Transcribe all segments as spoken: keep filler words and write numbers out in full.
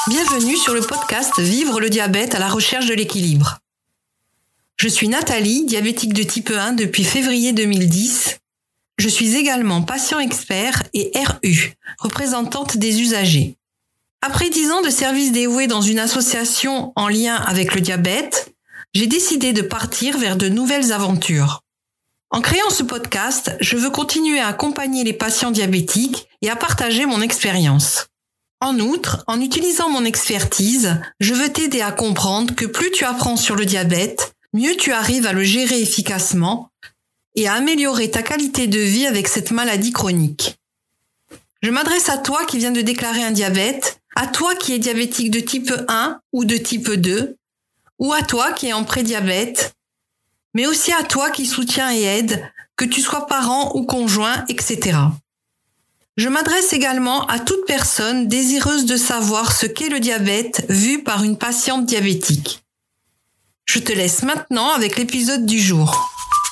Bienvenue sur le podcast Vivre le diabète à la recherche de l'équilibre. Je suis Nathalie, diabétique de type un depuis février deux mille dix. Je suis également patient expert et R U, représentante des usagers. Après dix ans de service dévoué dans une association en lien avec le diabète, j'ai décidé de partir vers de nouvelles aventures. En créant ce podcast, je veux continuer à accompagner les patients diabétiques et à partager mon expérience. En outre, en utilisant mon expertise, je veux t'aider à comprendre que plus tu apprends sur le diabète, mieux tu arrives à le gérer efficacement et à améliorer ta qualité de vie avec cette maladie chronique. Je m'adresse à toi qui viens de déclarer un diabète, à toi qui es diabétique de type un ou de type deux, ou à toi qui es en prédiabète, mais aussi à toi qui soutiens et aide, que tu sois parent ou conjoint, et cetera. Je m'adresse également à toute personne désireuse de savoir ce qu'est le diabète vu par une patiente diabétique. Je te laisse maintenant avec l'épisode du jour.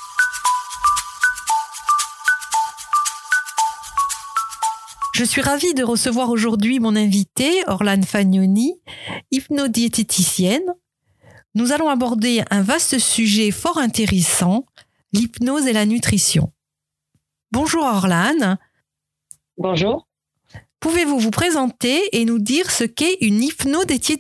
Je suis ravie de recevoir aujourd'hui mon invitée, Orlane Fagnoni, hypnodiététicienne. Nous allons aborder un vaste sujet fort intéressant, l'hypnose et la nutrition. Bonjour Orlane. Bonjour. Pouvez-vous vous présenter et nous dire ce qu'est une hypnodiététicienne ?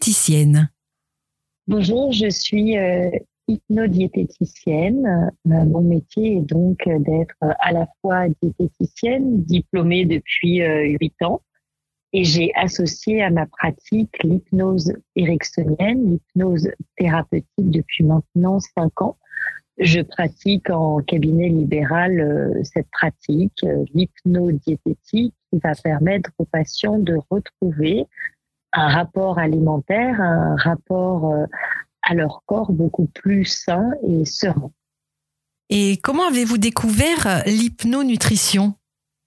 Bonjour, je suis euh, hypnodiététicienne. Euh, mon métier est donc d'être à la fois diététicienne, diplômée depuis huit euh, ans, et j'ai associé à ma pratique l'hypnose ericksonienne, l'hypnose thérapeutique depuis maintenant cinq ans. Je pratique en cabinet libéral euh, cette pratique, euh, l'hypnodiététique, qui va permettre aux patients de retrouver un rapport alimentaire, un rapport euh, à leur corps beaucoup plus sain et serein. Et comment avez-vous découvert l'hypnonutrition ?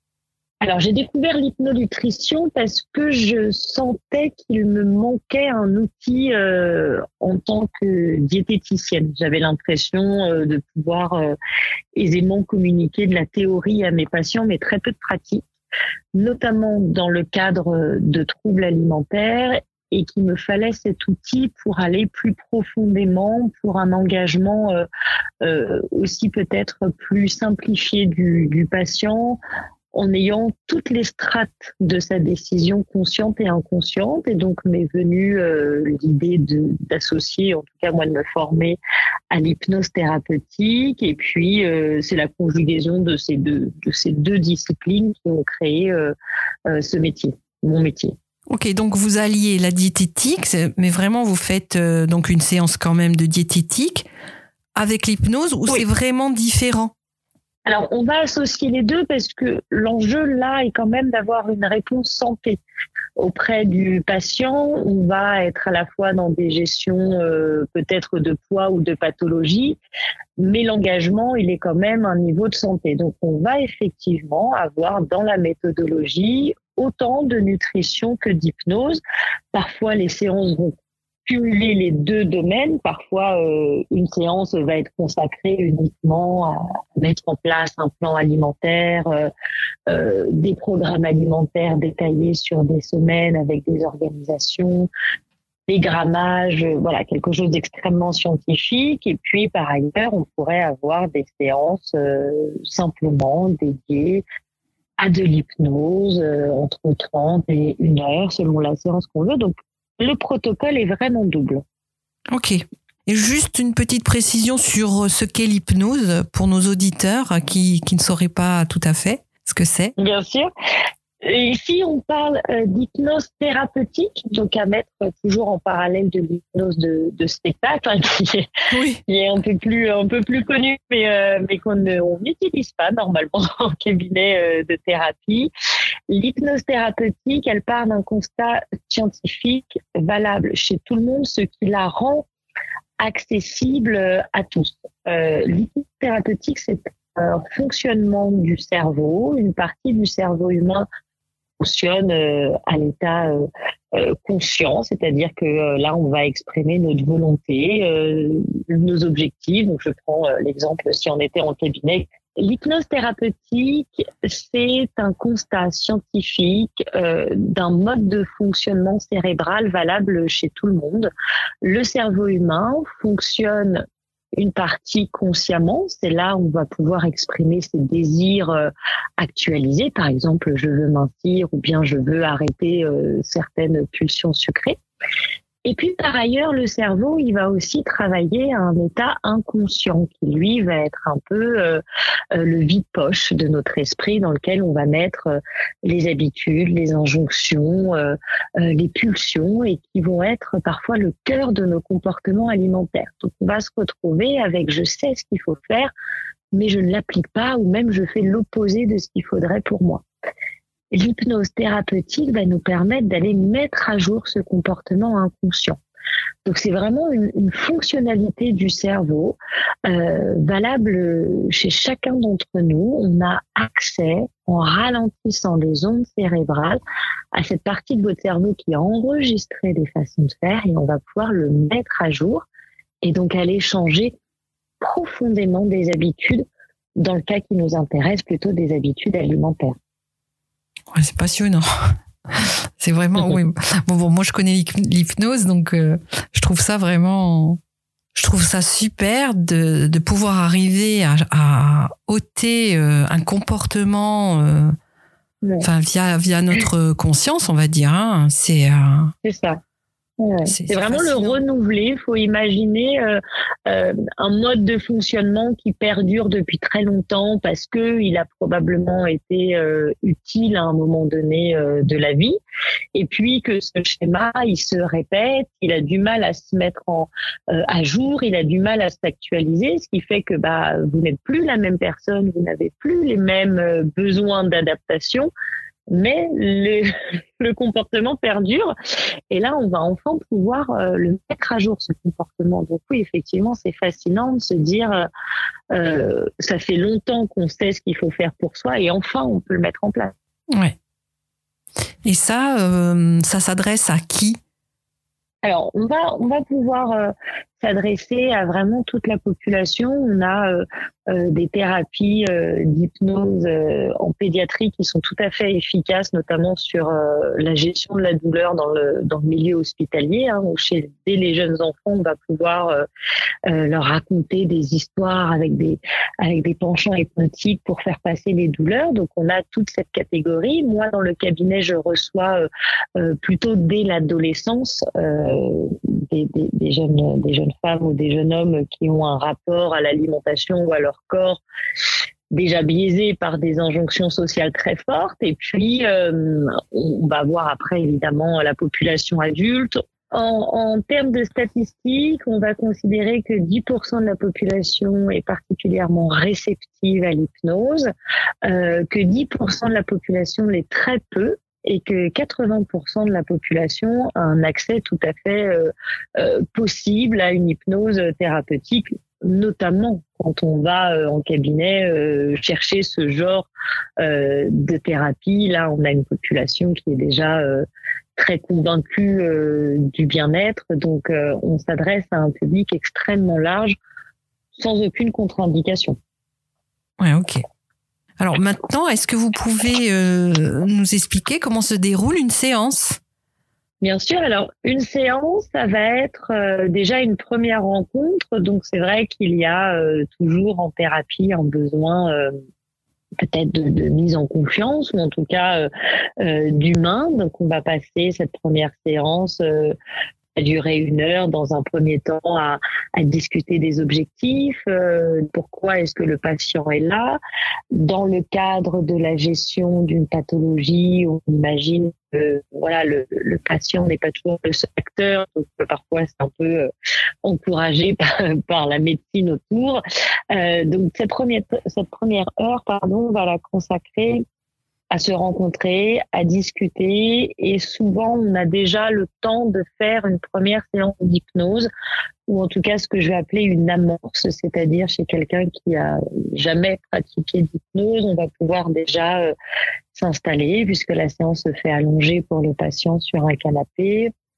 Alors, j'ai découvert l'hypnonutrition parce que je sentais qu'il me manquait un outil euh, en tant que diététicienne. J'avais l'impression euh, de pouvoir euh, aisément communiquer de la théorie à mes patients, mais très peu de pratique, notamment dans le cadre de troubles alimentaires, et qu'il me fallait cet outil pour aller plus profondément, pour un engagement euh, euh, aussi peut-être plus simplifié du, du patient, en ayant toutes les strates de sa décision consciente et inconsciente. Et donc m'est venue euh, l'idée de, d'associer, en tout cas moi de me former à l'hypnose thérapeutique. Et puis euh, c'est la conjugaison de ces deux, de ces deux disciplines qui ont créé euh, euh, ce métier, mon métier. Ok, donc vous alliez la diététique, mais vraiment vous faites euh, donc une séance quand même de diététique avec l'hypnose, ou oui. C'est vraiment différent ? Alors, on va associer les deux parce que l'enjeu là est quand même d'avoir une réponse santé auprès du patient. On va être à la fois dans des gestions euh, peut-être de poids ou de pathologie, mais l'engagement, il est quand même un niveau de santé. Donc, on va effectivement avoir dans la méthodologie autant de nutrition que d'hypnose. Parfois, les séances vont cumuler les deux domaines. Parfois, euh, une séance va être consacrée uniquement à mettre en place un plan alimentaire, euh, euh, des programmes alimentaires détaillés sur des semaines avec des organisations, des grammages, euh, voilà, quelque chose d'extrêmement scientifique. Et puis, par ailleurs, on pourrait avoir des séances euh, simplement dédiées à de l'hypnose, euh, entre trente et une heure, selon la séance qu'on veut. Donc, le protocole est vraiment double. Ok. Et juste une petite précision sur ce qu'est l'hypnose pour nos auditeurs qui, qui ne sauraient pas tout à fait ce que c'est. Bien sûr. Et ici, on parle euh, d'hypnose thérapeutique, donc à mettre toujours en parallèle de l'hypnose de, de spectacle, hein, qui, est, oui. qui est un peu plus un peu plus connue, mais euh, mais qu'on ne, on n'utilise pas normalement en cabinet euh, de thérapie. L'hypnose thérapeutique, elle part d'un constat scientifique valable chez tout le monde, ce qui la rend accessible à tous. Euh, l'hypnose thérapeutique, c'est un fonctionnement du cerveau, une partie du cerveau humain fonctionne euh, à l'état euh, euh, conscient, c'est-à-dire que euh, là, on va exprimer notre volonté, euh, nos objectifs. Donc, je prends euh, l'exemple, si on était en cabinet, L'hypnose thérapeutique, c'est un constat scientifique euh, d'un mode de fonctionnement cérébral valable chez tout le monde. Le cerveau humain fonctionne une partie consciemment, c'est là où on va pouvoir exprimer ses désirs euh, actualisés, par exemple je veux mincir ou bien je veux arrêter euh, certaines pulsions sucrées. Et puis par ailleurs, le cerveau, il va aussi travailler à un état inconscient qui lui va être un peu euh, euh, le vide-poche de notre esprit dans lequel on va mettre euh, les habitudes, les injonctions, euh, euh, les pulsions et qui vont être parfois le cœur de nos comportements alimentaires. Donc on va se retrouver avec je sais ce qu'il faut faire, mais je ne l'applique pas ou même je fais l'opposé de ce qu'il faudrait pour moi. L'hypnose thérapeutique va nous permettre d'aller mettre à jour ce comportement inconscient. Donc c'est vraiment une, une fonctionnalité du cerveau euh, valable chez chacun d'entre nous. On a accès, en ralentissant les ondes cérébrales, à cette partie de votre cerveau qui a enregistré des façons de faire et on va pouvoir le mettre à jour et donc aller changer profondément des habitudes, dans le cas qui nous intéresse, plutôt des habitudes alimentaires. Ouais, c'est passionnant. C'est vraiment, oui. Bon, bon, moi, je connais l'hypnose, donc euh, je trouve ça vraiment, je trouve ça super de, de pouvoir arriver à, à ôter euh, un comportement, euh, ouais. enfin, via, via notre conscience, on va dire. Hein. C'est, euh, c'est ça. Ouais. C'est, c'est vraiment fascinant. Le renouveler. Il faut imaginer euh, euh, un mode de fonctionnement qui perdure depuis très longtemps parce que il a probablement été euh, utile à un moment donné euh, de la vie. Et puis que ce schéma, il se répète, il a du mal à se mettre en, euh, à jour, il a du mal à s'actualiser, ce qui fait que bah vous n'êtes plus la même personne, vous n'avez plus les mêmes euh, besoins d'adaptation. Mais le, le comportement perdure et là on va enfin pouvoir euh, le mettre à jour, ce comportement. Donc oui, effectivement, c'est fascinant de se dire euh, ça fait longtemps qu'on sait ce qu'il faut faire pour soi et enfin on peut le mettre en place. Ouais. Et ça, euh, ça s'adresse à qui ? Alors on va on va pouvoir euh, s'adresser à vraiment toute la population. On a euh, euh, des thérapies euh, d'hypnose euh, en pédiatrie qui sont tout à fait efficaces, notamment sur euh, la gestion de la douleur dans le dans le milieu hospitalier, hein, où chez dès les jeunes enfants, on va pouvoir euh, euh, leur raconter des histoires avec des avec des penchants hypnotiques pour faire passer les douleurs. Donc on a toute cette catégorie. Moi, dans le cabinet, je reçois euh, euh, plutôt dès l'adolescence euh, des, des, des jeunes des jeunes femmes ou des jeunes hommes qui ont un rapport à l'alimentation ou à leur corps déjà biaisé par des injonctions sociales très fortes. Et puis, euh, on va voir après, évidemment, la population adulte. En, en termes de statistiques, on va considérer que dix pour cent de la population est particulièrement réceptive à l'hypnose, euh, que dix pour cent de la population l'est très peu, et que quatre-vingts pour cent de la population a un accès tout à fait euh, euh, possible à une hypnose thérapeutique, notamment quand on va euh, en cabinet euh, chercher ce genre euh, de thérapie. Là, on a une population qui est déjà euh, très convaincue euh, du bien-être, donc euh, on s'adresse à un public extrêmement large, sans aucune contre-indication. Ouais, ok. Alors maintenant, est-ce que vous pouvez euh, nous expliquer comment se déroule une séance ? Bien sûr. Alors, une séance, ça va être euh, déjà une première rencontre. Donc, c'est vrai qu'il y a euh, toujours en thérapie un besoin euh, peut-être de, de mise en confiance ou en tout cas euh, euh, d'humain. Donc, on va passer cette première séance euh, à durer une heure dans un premier temps à, à discuter des objectifs, euh, pourquoi est-ce que le patient est là. Dans le cadre de la gestion d'une pathologie, on imagine que voilà, le, le patient n'est pas toujours le seul acteur, donc parfois c'est un peu euh, encouragé par, par la médecine autour. Euh, donc cette première, cette première heure, pardon, on va la consacrer à se rencontrer, à discuter, et souvent on a déjà le temps de faire une première séance d'hypnose, ou en tout cas ce que je vais appeler une amorce, c'est-à-dire chez quelqu'un qui a jamais pratiqué d'hypnose, on va pouvoir déjà euh, s'installer puisque la séance se fait allonger pour le patient sur un canapé.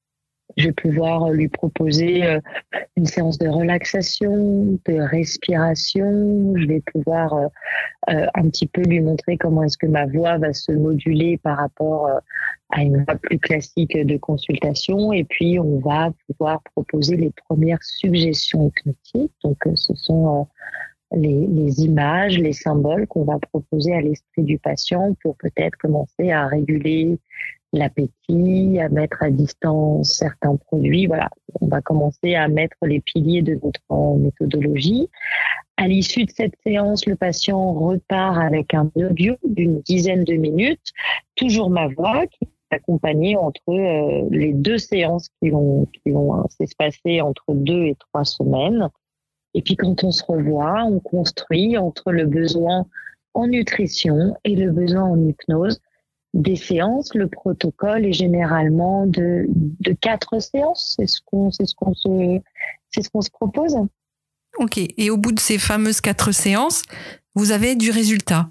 Je vais pouvoir lui proposer une séance de relaxation, de respiration. Je vais pouvoir euh, un petit peu lui montrer comment est-ce que ma voix va se moduler par rapport euh, à une voix plus classique de consultation. Et puis, on va pouvoir proposer les premières suggestions hypnotiques. Donc, ce sont euh, les, les images, les symboles qu'on va proposer à l'esprit du patient pour peut-être commencer à réguler l'appétit, à mettre à distance certains produits. Voilà, on va commencer à mettre les piliers de notre méthodologie. À l'issue de cette séance, le patient repart avec un audio d'une dizaine de minutes, toujours ma voix qui est accompagnée entre euh, les deux séances qui vont, qui vont s'espacer entre deux et trois semaines. Et puis quand on se revoit, on construit entre le besoin en nutrition et le besoin en hypnose des séances. Le protocole est généralement de, de quatre séances. C'est ce qu'on, c'est ce qu'on se, c'est ce qu'on se propose. Ok. Et au bout de ces fameuses quatre séances, vous avez du résultat?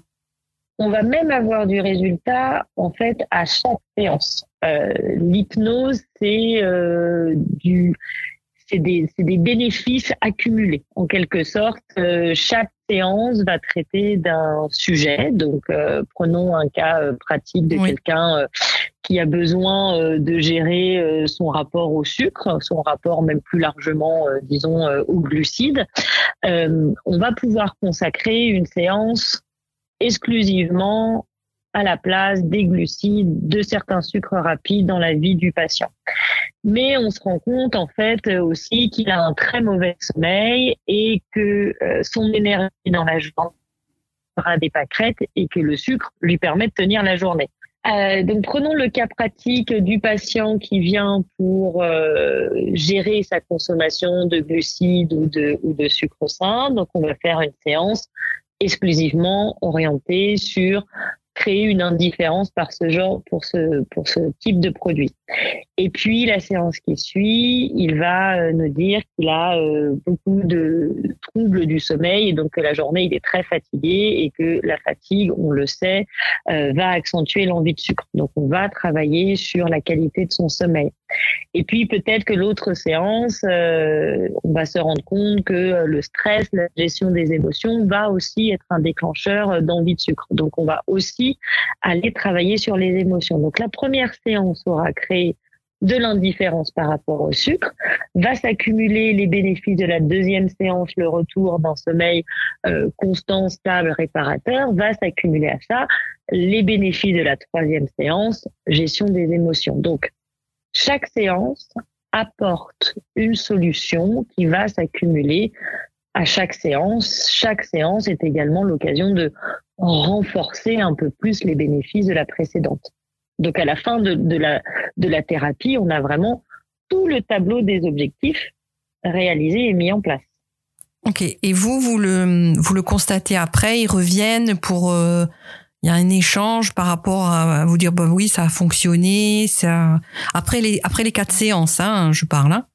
On va même avoir du résultat, en fait, à chaque séance. Euh, l'hypnose, c'est euh, du, c'est des, c'est des bénéfices accumulés. En quelque sorte, euh, chaque séance va traiter d'un sujet. Donc, euh, prenons un cas euh, pratique de oui. quelqu'un euh, qui a besoin euh, de gérer euh, son rapport au sucre, son rapport même plus largement, euh, disons, euh, aux glucides. Euh, on va pouvoir consacrer une séance exclusivement à la place des glucides, de certains sucres rapides dans la vie du patient. Mais on se rend compte en fait aussi qu'il a un très mauvais sommeil et que euh, son énergie dans la journée sera des pâquerettes et que le sucre lui permet de tenir la journée. Euh, donc prenons le cas pratique du patient qui vient pour euh, gérer sa consommation de glucides ou de, ou de sucre sain. Donc on va faire une séance exclusivement orientée sur créer une indifférence par ce genre, pour ce, pour ce type de produit. Et puis, la séance qui suit, il va nous dire qu'il a euh, beaucoup de troubles du sommeil et donc que la journée, il est très fatigué et que la fatigue, on le sait, euh, va accentuer l'envie de sucre. Donc, on va travailler sur la qualité de son sommeil. Et puis, peut-être que l'autre séance, euh, on va se rendre compte que le stress, la gestion des émotions va aussi être un déclencheur d'envie de sucre. Donc, on va aussi aller travailler sur les émotions. Donc, la première séance aura créé de l'indifférence par rapport au sucre, va s'accumuler les bénéfices de la deuxième séance, le retour d'un sommeil euh, constant, stable, réparateur, va s'accumuler à ça les bénéfices de la troisième séance, gestion des émotions. Donc, chaque séance apporte une solution qui va s'accumuler à chaque séance. Chaque séance est également l'occasion de renforcer un peu plus les bénéfices de la précédente. Donc, à la fin de, de, la, de la thérapie, on a vraiment tout le tableau des objectifs réalisés et mis en place. Ok. Et vous, vous le, vous le constatez après, ils reviennent pour... Euh, il y a un échange par rapport à, à vous dire, bah oui, ça a fonctionné. Ça... Après, les, après les quatre séances, hein, je parle. Hein.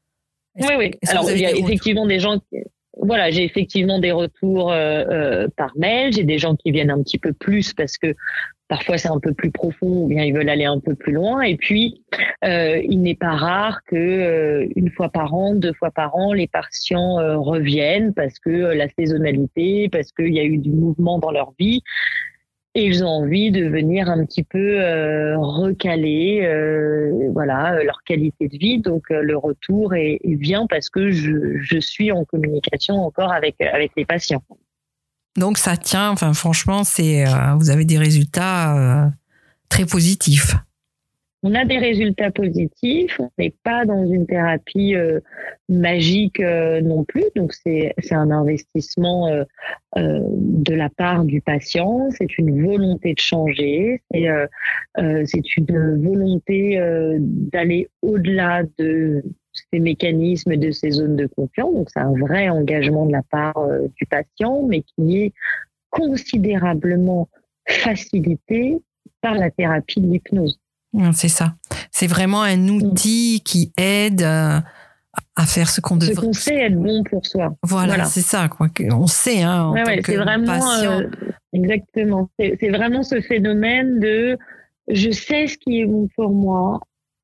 Oui, oui. Alors, il y a effectivement des gens... Qui... Voilà, j'ai effectivement des retours euh, euh, par mail. J'ai des gens qui viennent un petit peu plus parce que parfois c'est un peu plus profond ou bien ils veulent aller un peu plus loin. Et puis, euh, il n'est pas rare que euh, une fois par an, deux fois par an, les patients euh, reviennent parce que euh, la saisonnalité, parce qu'il y a eu du mouvement dans leur vie. Et ils ont envie de venir un petit peu euh, recaler euh, voilà, leur qualité de vie. Donc, euh, le retour est, est vient parce que je, je suis en communication encore avec, avec les patients. Donc, ça tient. Enfin, franchement, c'est, euh, vous avez des résultats euh, très positifs. On a des résultats positifs. On n'est pas dans une thérapie euh, magique euh, non plus. Donc, c'est, c'est un investissement euh, euh, de la part du patient. C'est une volonté de changer. C'est, euh, euh, c'est une volonté euh, d'aller au-delà de ces mécanismes, de ces zones de confiance. Donc, c'est un vrai engagement de la part euh, du patient, mais qui est considérablement facilité par la thérapie de l'hypnose. C'est ça. C'est vraiment un outil qui aide à faire ce qu'on devrait. Ce qu'on sait être bon pour soi. Voilà, voilà. C'est ça, quoi. On sait, hein, en ouais, tant ouais, que c'est vraiment, patient. Euh, exactement. C'est, c'est vraiment ce phénomène de je sais ce qui est bon pour moi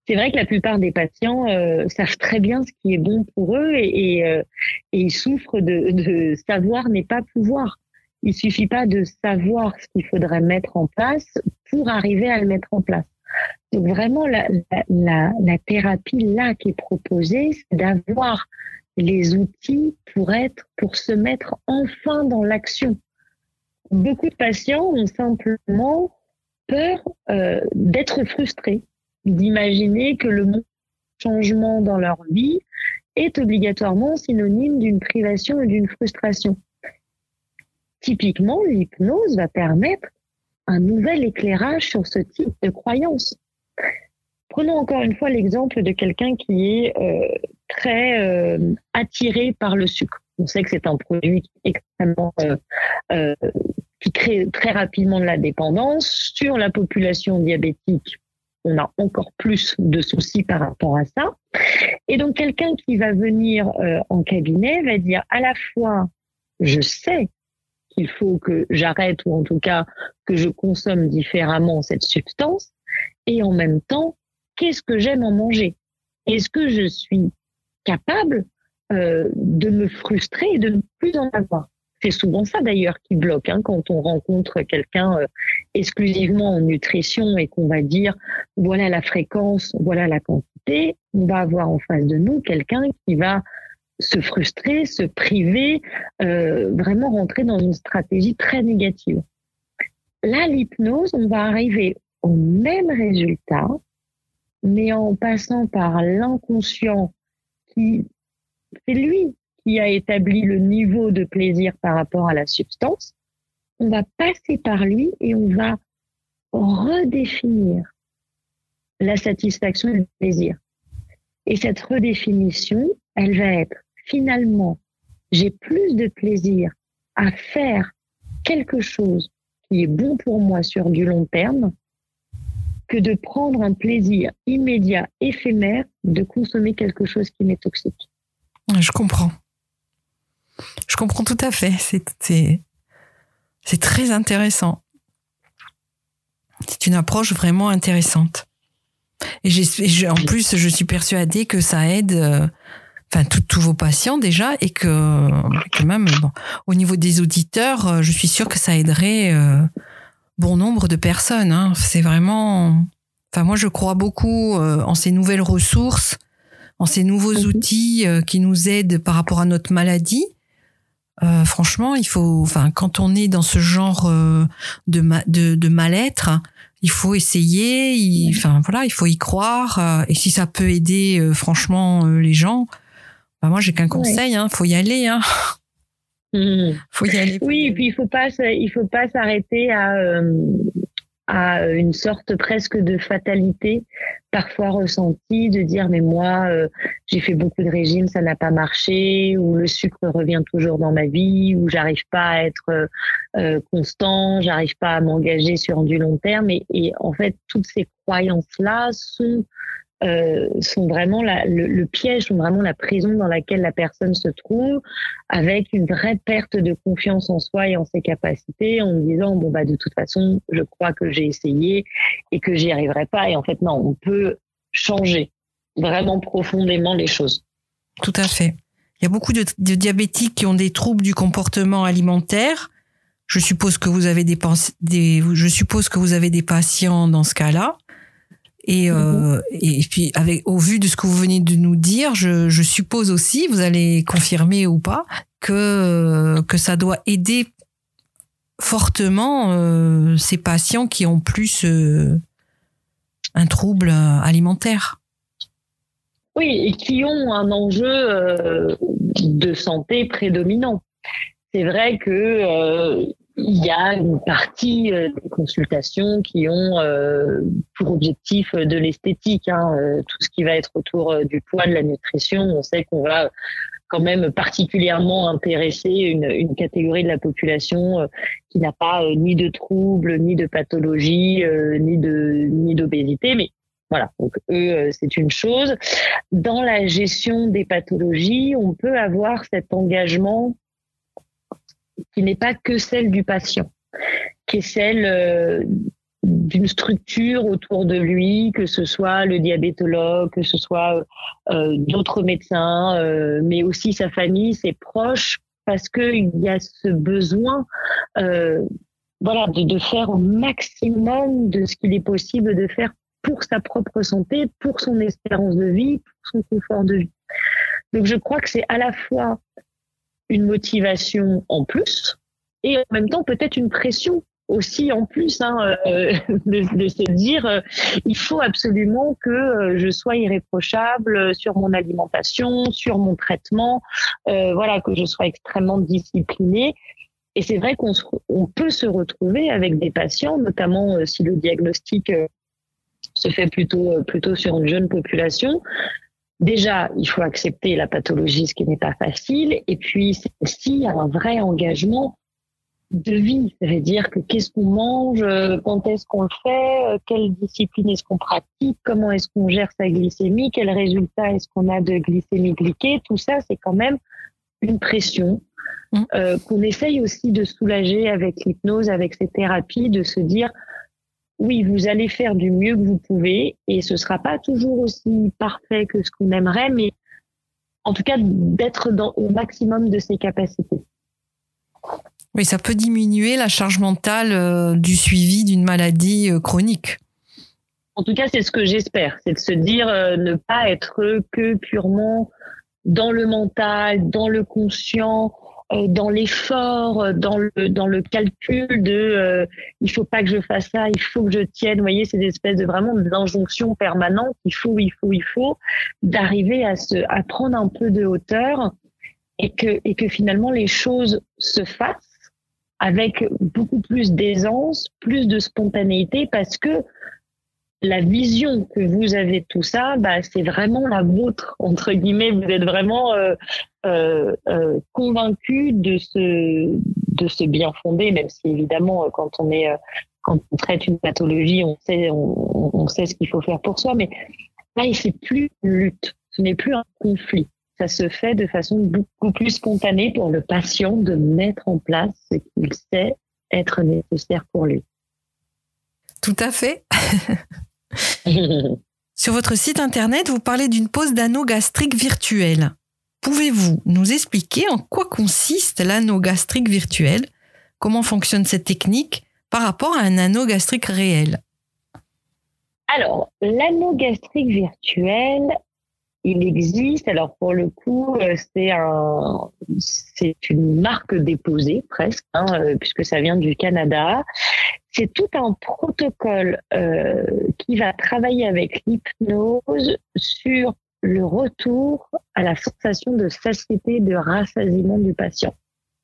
c'est vrai que la plupart des patients euh, savent très bien ce qui est bon pour eux et, et, euh, et ils souffrent de, de savoir n'est pas pouvoir. Il suffit pas de savoir ce qu'il faudrait mettre en place pour arriver à le mettre en place. Donc vraiment, la, la, la, la thérapie là qui est proposée, c'est d'avoir les outils pour être, pour se mettre enfin dans l'action. Beaucoup de patients ont simplement peur euh, d'être frustrés, d'imaginer que le changement dans leur vie est obligatoirement synonyme d'une privation et d'une frustration. Typiquement, l'hypnose va permettre un nouvel éclairage sur ce type de croyance. Prenons encore une fois l'exemple de quelqu'un qui est euh, très euh, attiré par le sucre. On sait que c'est un produit extrêmement euh, euh, qui crée très rapidement de la dépendance. Sur la population diabétique, on a encore plus de soucis par rapport à ça. Et donc, quelqu'un qui va venir euh, en cabinet va dire à la fois, je sais qu'il faut que j'arrête ou en tout cas que je consomme différemment cette substance et en même temps, qu'est-ce que j'aime en manger? Est-ce que je suis capable euh, de me frustrer et de ne plus en avoir? C'est souvent ça d'ailleurs qui bloque hein, quand on rencontre quelqu'un euh, exclusivement en nutrition et qu'on va dire voilà la fréquence, voilà la quantité, on va avoir en face de nous quelqu'un qui va se frustrer, se priver, euh, vraiment rentrer dans une stratégie très négative. Là, l'hypnose, on va arriver au même résultat, mais en passant par l'inconscient qui, c'est lui qui a établi le niveau de plaisir par rapport à la substance. On va passer par lui et on va redéfinir la satisfaction et le plaisir. Et cette redéfinition, elle va être finalement, j'ai plus de plaisir à faire quelque chose qui est bon pour moi sur du long terme que de prendre un plaisir immédiat, éphémère, de consommer quelque chose qui m'est toxique. Je comprends. Je comprends tout à fait. C'est, c'est, c'est très intéressant. C'est une approche vraiment intéressante. Et j'ai, en plus, je suis persuadée que ça aide euh, enfin, tous vos patients déjà et que, que même bon, au niveau des auditeurs, je suis sûre que ça aiderait euh, bon nombre de personnes. Hein. C'est vraiment... Enfin, moi, je crois beaucoup euh, en ces nouvelles ressources, en ces nouveaux mmh. outils euh, qui nous aident par rapport à notre maladie. Euh, franchement, il faut... Enfin, quand on est dans ce genre euh, de, ma, de, de mal-être... Il faut essayer, il, enfin voilà, il faut y croire. Euh, et si ça peut aider, euh, franchement, euh, les gens, bah moi j'ai qu'un conseil, hein, faut y aller, hein. Mmh. Faut y aller. Oui, et puis il faut pas, il faut pas s'arrêter à euh, à une sorte presque de fatalité, parfois ressentie, de dire mais moi euh, j'ai fait beaucoup de régimes, ça n'a pas marché, ou le sucre revient toujours dans ma vie, ou j'arrive pas à être euh, constant, j'arrive pas à m'engager sur du long terme, et, et en fait toutes ces croyances là sont Euh, sont vraiment la, le, le piège, sont vraiment la prison dans laquelle la personne se trouve, avec une vraie perte de confiance en soi et en ses capacités, en disant bon bah de toute façon je crois que j'ai essayé et que j'y arriverai pas. Et en fait non, on peut changer vraiment profondément les choses. Tout à fait. Il y a beaucoup de, de diabétiques qui ont des troubles du comportement alimentaire. Je suppose que vous avez des, des je suppose que vous avez des patients dans ce cas-là. Et, euh, et puis, avec, au vu de ce que vous venez de nous dire, je, je suppose aussi, vous allez confirmer ou pas, que, que ça doit aider fortement euh, ces patients qui ont plus euh, un trouble alimentaire. Oui, et qui ont un enjeu euh, de santé prédominant. C'est vrai que euh, il y a une partie euh, des consultations qui ont euh, pour objectif de l'esthétique, hein, euh, tout ce qui va être autour euh, du poids, de la nutrition. On sait qu'on va quand même particulièrement intéresser une, une catégorie de la population euh, qui n'a pas euh, ni de troubles, ni de pathologie, euh, ni de ni d'obésité, mais voilà, donc eux, euh, c'est une chose. Dans la gestion des pathologies, on peut avoir cet engagement qui n'est pas que celle du patient, qui est celle euh, d'une structure autour de lui, que ce soit le diabétologue, que ce soit euh, d'autres médecins, euh, mais aussi sa famille, ses proches, parce qu'il y a ce besoin euh, voilà, de, de faire au maximum de ce qu'il est possible de faire pour sa propre santé, pour son espérance de vie, pour son confort de vie. Donc je crois que c'est à la fois une motivation en plus et en même temps peut-être une pression aussi en plus hein, euh, de, de se dire euh, il faut absolument que euh, je sois irréprochable sur mon alimentation, sur mon traitement, euh, voilà, que je sois extrêmement disciplinée. Et c'est vrai qu'on se, on peut se retrouver avec des patients, notamment euh, si le diagnostic euh, se fait plutôt euh, plutôt sur une jeune population. Déjà, il faut accepter la pathologie, ce qui n'est pas facile. Et puis, c'est aussi un vrai engagement de vie. Ça veut dire que qu'est-ce qu'on mange, quand est-ce qu'on le fait, quelle discipline est-ce qu'on pratique, comment est-ce qu'on gère sa glycémie, quel résultat est-ce qu'on a de glycémie glyquée. Tout ça, c'est quand même une pression mmh. euh, qu'on essaye aussi de soulager avec l'hypnose, avec ces thérapies, de se dire oui, vous allez faire du mieux que vous pouvez et ce sera pas toujours aussi parfait que ce qu'on aimerait, mais en tout cas d'être dans, au maximum de ses capacités. Oui, ça peut diminuer la charge mentale euh, du suivi d'une maladie euh, chronique. En tout cas, c'est ce que j'espère, c'est de se dire euh, ne pas être que purement dans le mental, dans le conscient, euh, dans l'effort, dans le dans le calcul de euh, il faut pas que je fasse ça, il faut que je tienne. Vous voyez, c'est des espèces de vraiment d'injonctions permanentes. Il faut, il faut, il faut, d'arriver à se à prendre un peu de hauteur et que et que finalement les choses se fassent avec beaucoup plus d'aisance, plus de spontanéité, parce que la vision que vous avez de tout ça, bah, c'est vraiment la vôtre, entre guillemets. Vous êtes vraiment euh, euh, euh, convaincu de ce, de ce bien fondé, même si évidemment, quand on est, euh, quand on traite une pathologie, on sait, on, on sait ce qu'il faut faire pour soi. Mais là, c'est plus une lutte, ce n'est plus un conflit. Ça se fait de façon beaucoup plus spontanée pour le patient de mettre en place ce qu'il sait être nécessaire pour lui. Tout à fait. Sur votre site internet, vous parlez d'une pose d'anneau gastrique virtuel. Pouvez-vous nous expliquer en quoi consiste l'anneau gastrique virtuel? Comment fonctionne cette technique par rapport à un anneau gastrique réel? Alors, l'anneau gastrique virtuel, il existe. Alors, pour le coup, c'est un, c'est une marque déposée presque, hein, puisque ça vient du Canada. C'est tout un protocole euh, qui va travailler avec l'hypnose sur le retour à la sensation de satiété, de rassasiement du patient.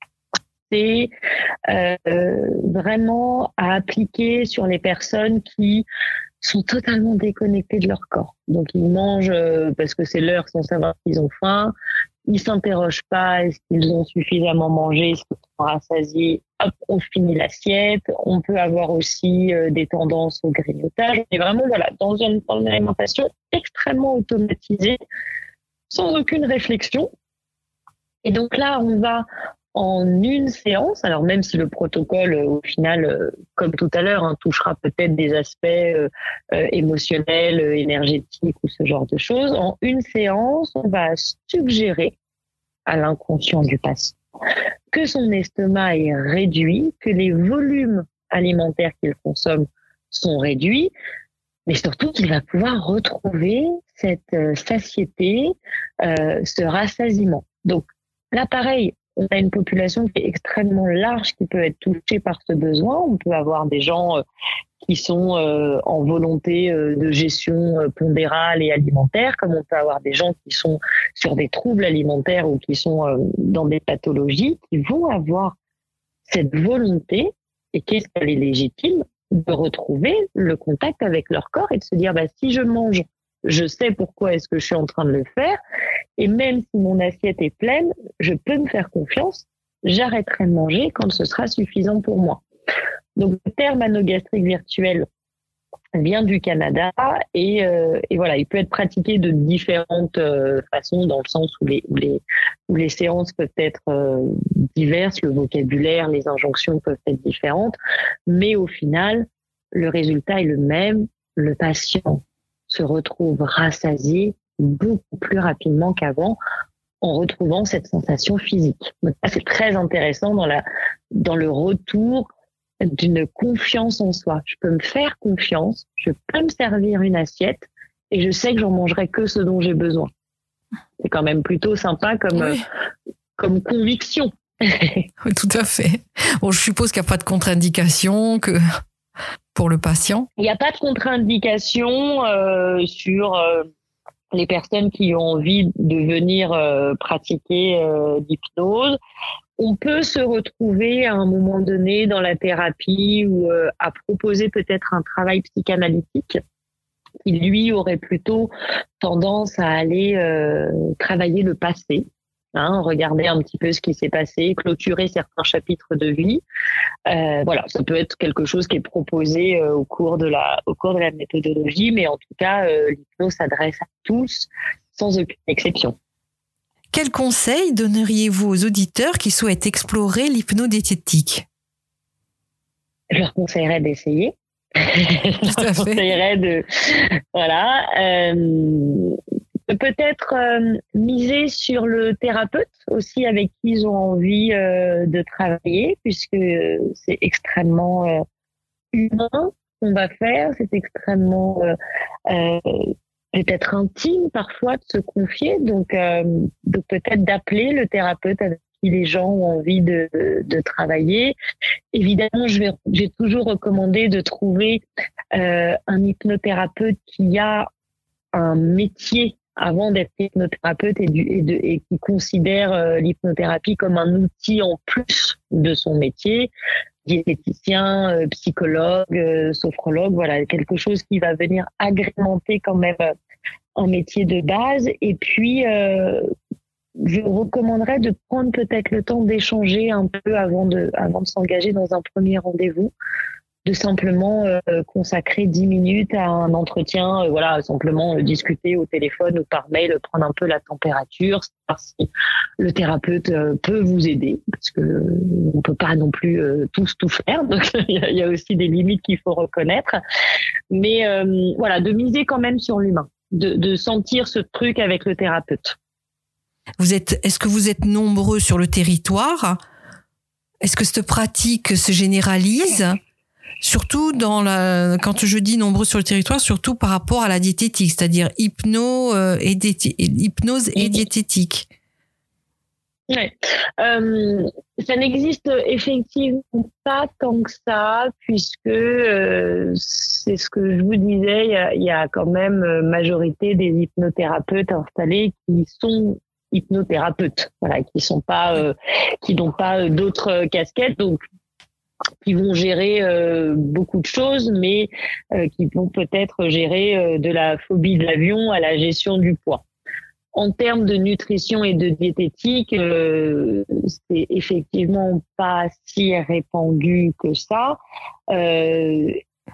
C'est euh, vraiment à appliquer sur les personnes qui sont totalement déconnectés de leur corps. Donc, ils mangent parce que c'est l'heure sans savoir qu'ils ont faim. Ils s'interrogent pas, est-ce qu'ils ont suffisamment mangé, est-ce qu'ils sont rassasiés. Hop, on finit l'assiette. On peut avoir aussi euh, des tendances au grignotage. On est vraiment voilà, dans une, dans une alimentation extrêmement automatisée, sans aucune réflexion. Et donc là, on va en une séance, alors même si le protocole, au final, euh, comme tout à l'heure, hein, touchera peut-être des aspects euh, euh, émotionnels, euh, énergétiques ou ce genre de choses, en une séance, on va suggérer à l'inconscient du patient que son estomac est réduit, que les volumes alimentaires qu'il consomme sont réduits, mais surtout qu'il va pouvoir retrouver cette euh, satiété, euh, ce rassasiement. Donc là, pareil, on a une population qui est extrêmement large, qui peut être touchée par ce besoin. On peut avoir des gens euh, qui sont euh, en volonté euh, de gestion euh, pondérale et alimentaire, comme on peut avoir des gens qui sont sur des troubles alimentaires ou qui sont euh, dans des pathologies, qui vont avoir cette volonté, et qu'est-ce qu'elle est légitime, de retrouver le contact avec leur corps et de se dire, bah, si je mange, je sais pourquoi est-ce que je suis en train de le faire, et même si mon assiette est pleine, je peux me faire confiance, j'arrêterai de manger quand ce sera suffisant pour moi. Donc le terme anneau gastrique virtuel vient du Canada et, euh, et voilà, il peut être pratiqué de différentes euh, façons, dans le sens où les, où les, où les séances peuvent être euh, diverses, le vocabulaire, les injonctions peuvent être différentes, mais au final, le résultat est le même. Le patient se retrouve rassasié beaucoup plus rapidement qu'avant en retrouvant cette sensation physique. Donc, c'est très intéressant dans, la, dans le retour d'une confiance en soi. Je peux me faire confiance, je peux me servir une assiette et je sais que j'en mangerai que ce dont j'ai besoin. C'est quand même plutôt sympa comme, oui. euh, comme conviction. Oui, tout à fait. Bon, je suppose qu'il n'y a pas de contre-indication que pour le patient. Il n'y a pas de contre-indication euh, sur euh, les personnes qui ont envie de venir euh, pratiquer euh, l'hypnose. On peut se retrouver à un moment donné dans la thérapie ou euh, à proposer peut-être un travail psychanalytique qui, lui, aurait plutôt tendance à aller euh, travailler le passé. Hein, regarder un petit peu ce qui s'est passé, clôturer certains chapitres de vie. Euh, voilà, ça peut être quelque chose qui est proposé euh, au cours de la au cours de la méthodologie, mais en tout cas, euh, l'hypnose s'adresse à tous, sans aucune exception. Quel conseil donneriez-vous aux auditeurs qui souhaitent explorer l'hypnodiététique ? Je leur conseillerais d'essayer. Tout Je leur conseillerais de voilà. Euh, Peut-être euh, miser sur le thérapeute aussi avec qui ils ont envie euh, de travailler, puisque c'est extrêmement euh, humain qu'on va faire, c'est extrêmement euh, euh, peut-être intime parfois de se confier, donc, euh, donc peut-être d'appeler le thérapeute avec qui les gens ont envie de, de, de travailler. Évidemment, je vais, j'ai toujours recommandé de trouver euh, un hypnothérapeute qui a un métier avant d'être hypnothérapeute et, du, et, de, et qui considère euh, l'hypnothérapie comme un outil en plus de son métier, diététicien, euh, psychologue, euh, sophrologue, voilà, quelque chose qui va venir agrémenter quand même euh, un métier de base. Et puis, euh, je recommanderais de prendre peut-être le temps d'échanger un peu avant de, avant de s'engager dans un premier rendez-vous, de simplement euh, consacrer dix minutes à un entretien, euh, voilà, simplement euh, discuter au téléphone ou par mail, prendre un peu la température, savoir si le thérapeute euh, peut vous aider, parce que euh, on peut pas non plus euh, tous tout faire, donc il y, y a aussi des limites qu'il faut reconnaître, mais euh, voilà, de miser quand même sur l'humain, de, de sentir ce truc avec le thérapeute. Vous êtes, est-ce que vous êtes nombreux sur le territoire ? Est-ce que cette pratique se généralise ? Surtout dans la, quand je dis nombreux sur le territoire, surtout par rapport à la diététique, c'est-à-dire hypno, euh, et diété, hypnose et diététique. Ouais. Euh, ça n'existe effectivement pas tant que ça, puisque euh, c'est ce que je vous disais, il y a, il y a quand même majorité des hypnothérapeutes installés qui sont hypnothérapeutes, voilà, qui sont pas, euh, qui n'ont pas d'autres casquettes, donc qui vont gérer euh, beaucoup de choses, mais euh, qui vont peut-être gérer euh, de la phobie de l'avion à la gestion du poids. En termes de nutrition et de diététique, euh, c'est effectivement pas si répandu que ça. Euh,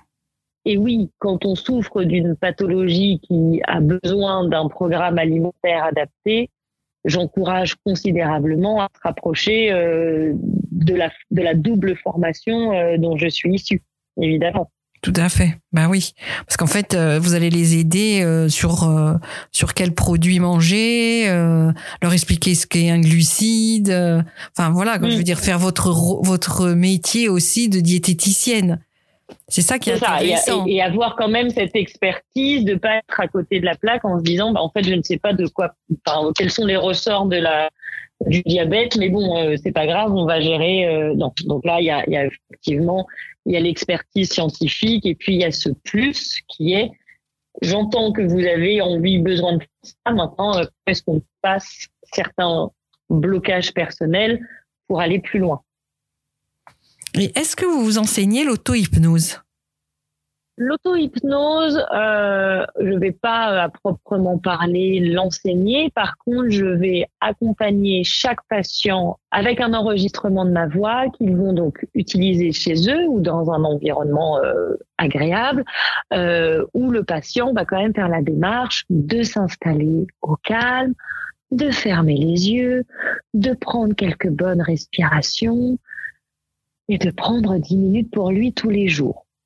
et oui, quand on souffre d'une pathologie qui a besoin d'un programme alimentaire adapté, j'encourage considérablement à se rapprocher euh, de la de la double formation euh, dont je suis issue, évidemment. Tout à fait. Ben oui, parce qu'en fait, euh, vous allez les aider euh, sur euh, sur quels produits manger, euh, leur expliquer ce qu'est un glucide. Euh, enfin voilà, mmh. je veux dire faire votre votre métier aussi de diététicienne. C'est ça qui est, c'est intéressant. Ça, et, et avoir quand même cette expertise, de pas être à côté de la plaque en se disant, bah, en fait, je ne sais pas de quoi, enfin, quels sont les ressorts de la du diabète, mais bon, euh, c'est pas grave, on va gérer. Euh, non. Donc là, il y a, il y a effectivement, il y a l'expertise scientifique, et puis il y a ce plus qui est, j'entends que vous avez envie, besoin de ça. Maintenant, euh, est-ce qu'on passe certains blocages personnels pour aller plus loin? Et est-ce que vous vous enseignez l'auto-hypnose ? L'auto-hypnose, euh, je ne vais pas à proprement parler l'enseigner. Par contre, je vais accompagner chaque patient avec un enregistrement de ma voix qu'ils vont donc utiliser chez eux ou dans un environnement euh, agréable, euh, où le patient va quand même faire la démarche de s'installer au calme, de fermer les yeux, de prendre quelques bonnes respirations, et de prendre dix minutes pour lui tous les jours.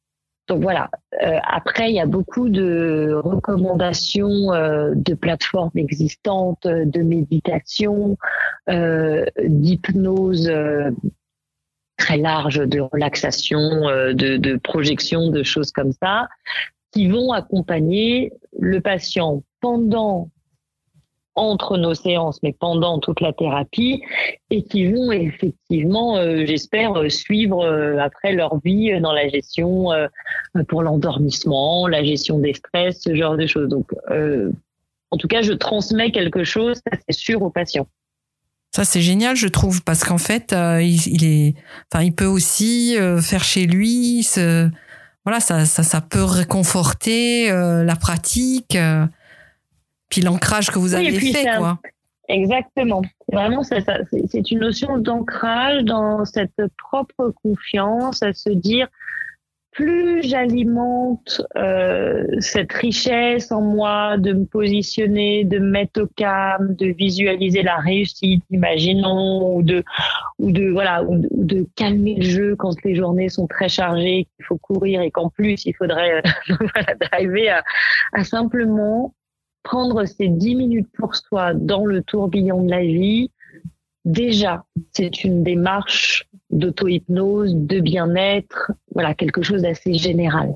Donc voilà. Euh, après, il y a beaucoup de recommandations euh, de plateformes existantes, de méditation, euh, d'hypnose euh, très large, de relaxation, euh, de, de projection, de choses comme ça, qui vont accompagner le patient pendant entre nos séances, mais pendant toute la thérapie, et qui vont effectivement, euh, j'espère, suivre euh, après leur vie dans la gestion euh, pour l'endormissement, la gestion des stress, ce genre de choses. Donc, euh, en tout cas, je transmets quelque chose, ça c'est sûr, aux patients. Ça c'est génial, je trouve, parce qu'en fait, euh, il, il est, enfin, il peut aussi euh, faire chez lui, ce, voilà, ça, ça, ça peut réconforter euh, la pratique. Euh, Puis l'ancrage que vous avez oui, fait, quoi. Exactement. Vraiment, ça, ça, c'est, c'est une notion d'ancrage dans cette propre confiance, à se dire, plus j'alimente euh, cette richesse en moi, de me positionner, de me mettre au calme, de visualiser la réussite, imaginons, ou de, ou de voilà, ou de, ou de calmer le jeu quand les journées sont très chargées, qu'il faut courir et qu'en plus il faudrait euh, voilà, arriver à, à simplement prendre ces dix minutes pour soi dans le tourbillon de la vie, déjà, c'est une démarche d'auto-hypnose, de bien-être, voilà, quelque chose d'assez général.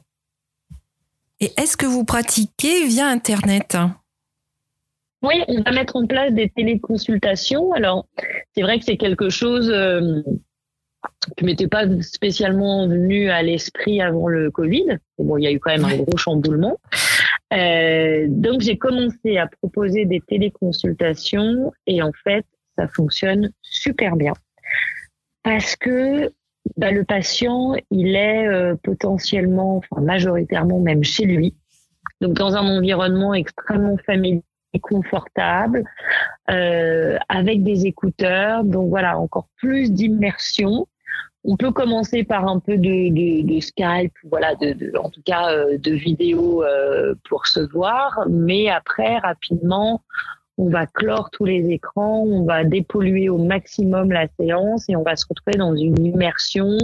Et est-ce que vous pratiquez via Internet ? Oui, on va mettre en place des téléconsultations. Alors, c'est vrai que c'est quelque chose euh, qui m'était pas spécialement venu à l'esprit avant le Covid. Et bon, il y a eu quand même un gros chamboulement. Euh, donc, j'ai commencé à proposer des téléconsultations et en fait, ça fonctionne super bien parce que bah, le patient, il est euh, potentiellement, enfin majoritairement même chez lui, donc dans un environnement extrêmement familier, confortable, euh, avec des écouteurs. Donc voilà, encore plus d'immersion. On peut commencer par un peu de, de, de Skype, voilà, de, de, en tout cas euh, de vidéo euh, pour se voir, mais après rapidement, on va clore tous les écrans, on va dépolluer au maximum la séance et on va se retrouver dans une immersion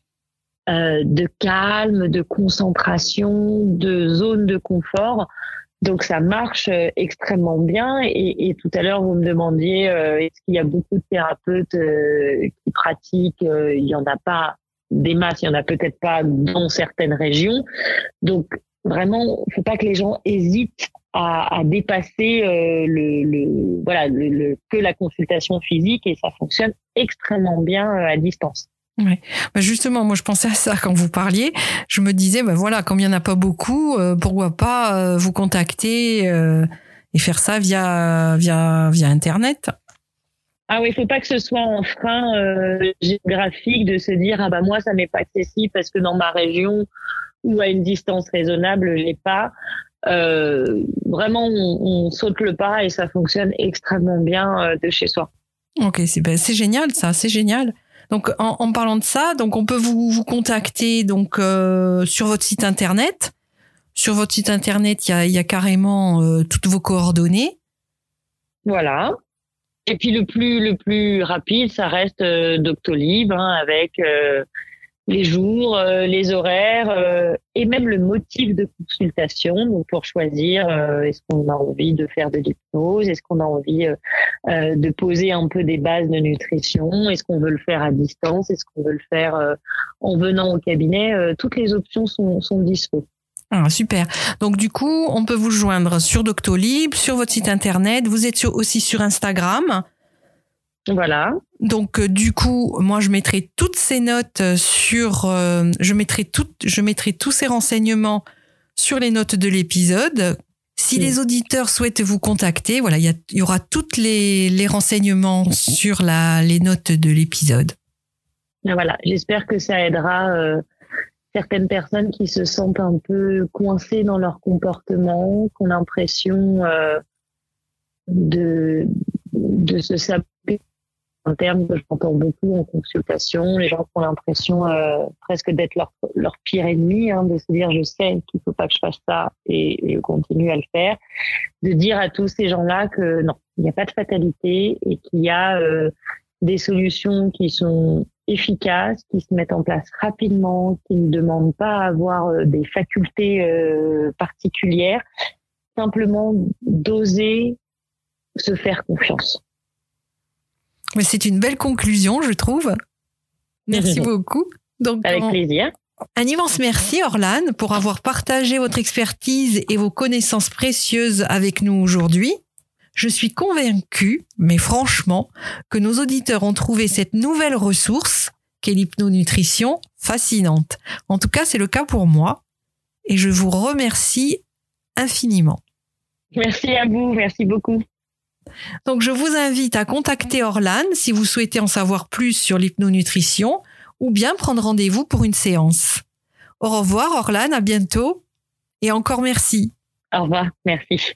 euh, de calme, de concentration, de zone de confort. Donc ça marche extrêmement bien et, et tout à l'heure vous me demandiez euh, est-ce qu'il y a beaucoup de thérapeutes euh, qui pratiquent, euh, il y en a pas des masses, il y en a peut-être pas dans certaines régions. Donc vraiment, faut pas que les gens hésitent à, à dépasser euh, le, le voilà le, le que la consultation physique et ça fonctionne extrêmement bien euh, à distance. Ouais. Bah justement, moi je pensais à ça quand vous parliez. Je me disais, ben bah voilà, comme il n'y en a pas beaucoup, euh, pourquoi pas euh, vous contacter euh, et faire ça via via via Internet. Ah oui, il faut pas que ce soit un frein euh, géographique de se dire ah bah moi ça m'est pas accessible parce que dans ma région ou à une distance raisonnable je l'ai pas. Euh, vraiment, on, on saute le pas et ça fonctionne extrêmement bien euh, de chez soi. Ok, c'est ben, c'est génial ça, c'est génial. Donc, en, en parlant de ça, donc on peut vous, vous contacter donc euh, sur votre site internet. Sur votre site internet, il y a, il y a carrément euh, toutes vos coordonnées. Voilà. Et puis le plus le plus rapide, ça reste euh, Doctolib, hein, avec euh, les jours, euh, les horaires euh, et même le motif de consultation. Donc pour choisir, euh, est-ce qu'on a envie de faire de l'hypnose, est-ce qu'on a envie euh, euh, de poser un peu des bases de nutrition, est-ce qu'on veut le faire à distance, est-ce qu'on veut le faire euh, en venant au cabinet. Euh, toutes les options sont, sont dispo. Ah, super. Donc du coup, on peut vous joindre sur Doctolib, sur votre site internet. Vous êtes sur, aussi sur Instagram. Voilà. Donc euh, du coup, moi je mettrai toutes ces notes sur, euh, je mettrai toutes, je mettrai tous ces renseignements sur les notes de l'épisode. Si oui. Les auditeurs souhaitent vous contacter, voilà, il y, a, il y aura toutes les, les renseignements sur la, les notes de l'épisode. Voilà, j'espère que ça aidera euh, certaines personnes qui se sentent un peu coincées dans leur comportement, qui ont l'impression euh, de de se saper. Un terme que j'entends beaucoup en consultation, les gens qui ont l'impression euh, presque d'être leur, leur pire ennemi, hein, de se dire je sais qu'il faut pas que je fasse ça et, et continue à le faire, de dire à tous ces gens-là que non, il n'y a pas de fatalité et qu'il y a euh, des solutions qui sont efficaces, qui se mettent en place rapidement, qui ne demandent pas à avoir des facultés euh, particulières, simplement d'oser se faire confiance. Mais c'est une belle conclusion, je trouve. Merci beaucoup. Donc, avec en... plaisir. Un immense merci, Orlane, pour avoir partagé votre expertise et vos connaissances précieuses avec nous aujourd'hui. Je suis convaincue, mais franchement, que nos auditeurs ont trouvé cette nouvelle ressource, qu'est l'hypnonutrition, fascinante. En tout cas, c'est le cas pour moi. Et je vous remercie infiniment. Merci à vous, merci beaucoup. Donc, je vous invite à contacter Orlane si vous souhaitez en savoir plus sur l'hypnonutrition ou bien prendre rendez-vous pour une séance. Au revoir, Orlane, à bientôt et encore merci. Au revoir, merci.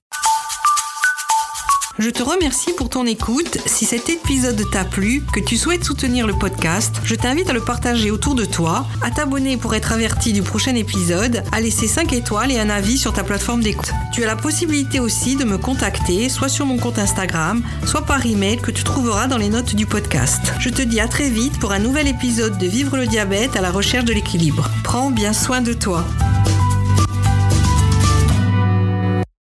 Je te remercie pour ton écoute. Si cet épisode t'a plu, que tu souhaites soutenir le podcast, je t'invite à le partager autour de toi, à t'abonner pour être averti du prochain épisode, à laisser cinq étoiles et un avis sur ta plateforme d'écoute. Tu as la possibilité aussi de me contacter, soit sur mon compte Instagram, soit par email que tu trouveras dans les notes du podcast. Je te dis à très vite pour un nouvel épisode de Vivre le diabète à la recherche de l'équilibre. Prends bien soin de toi.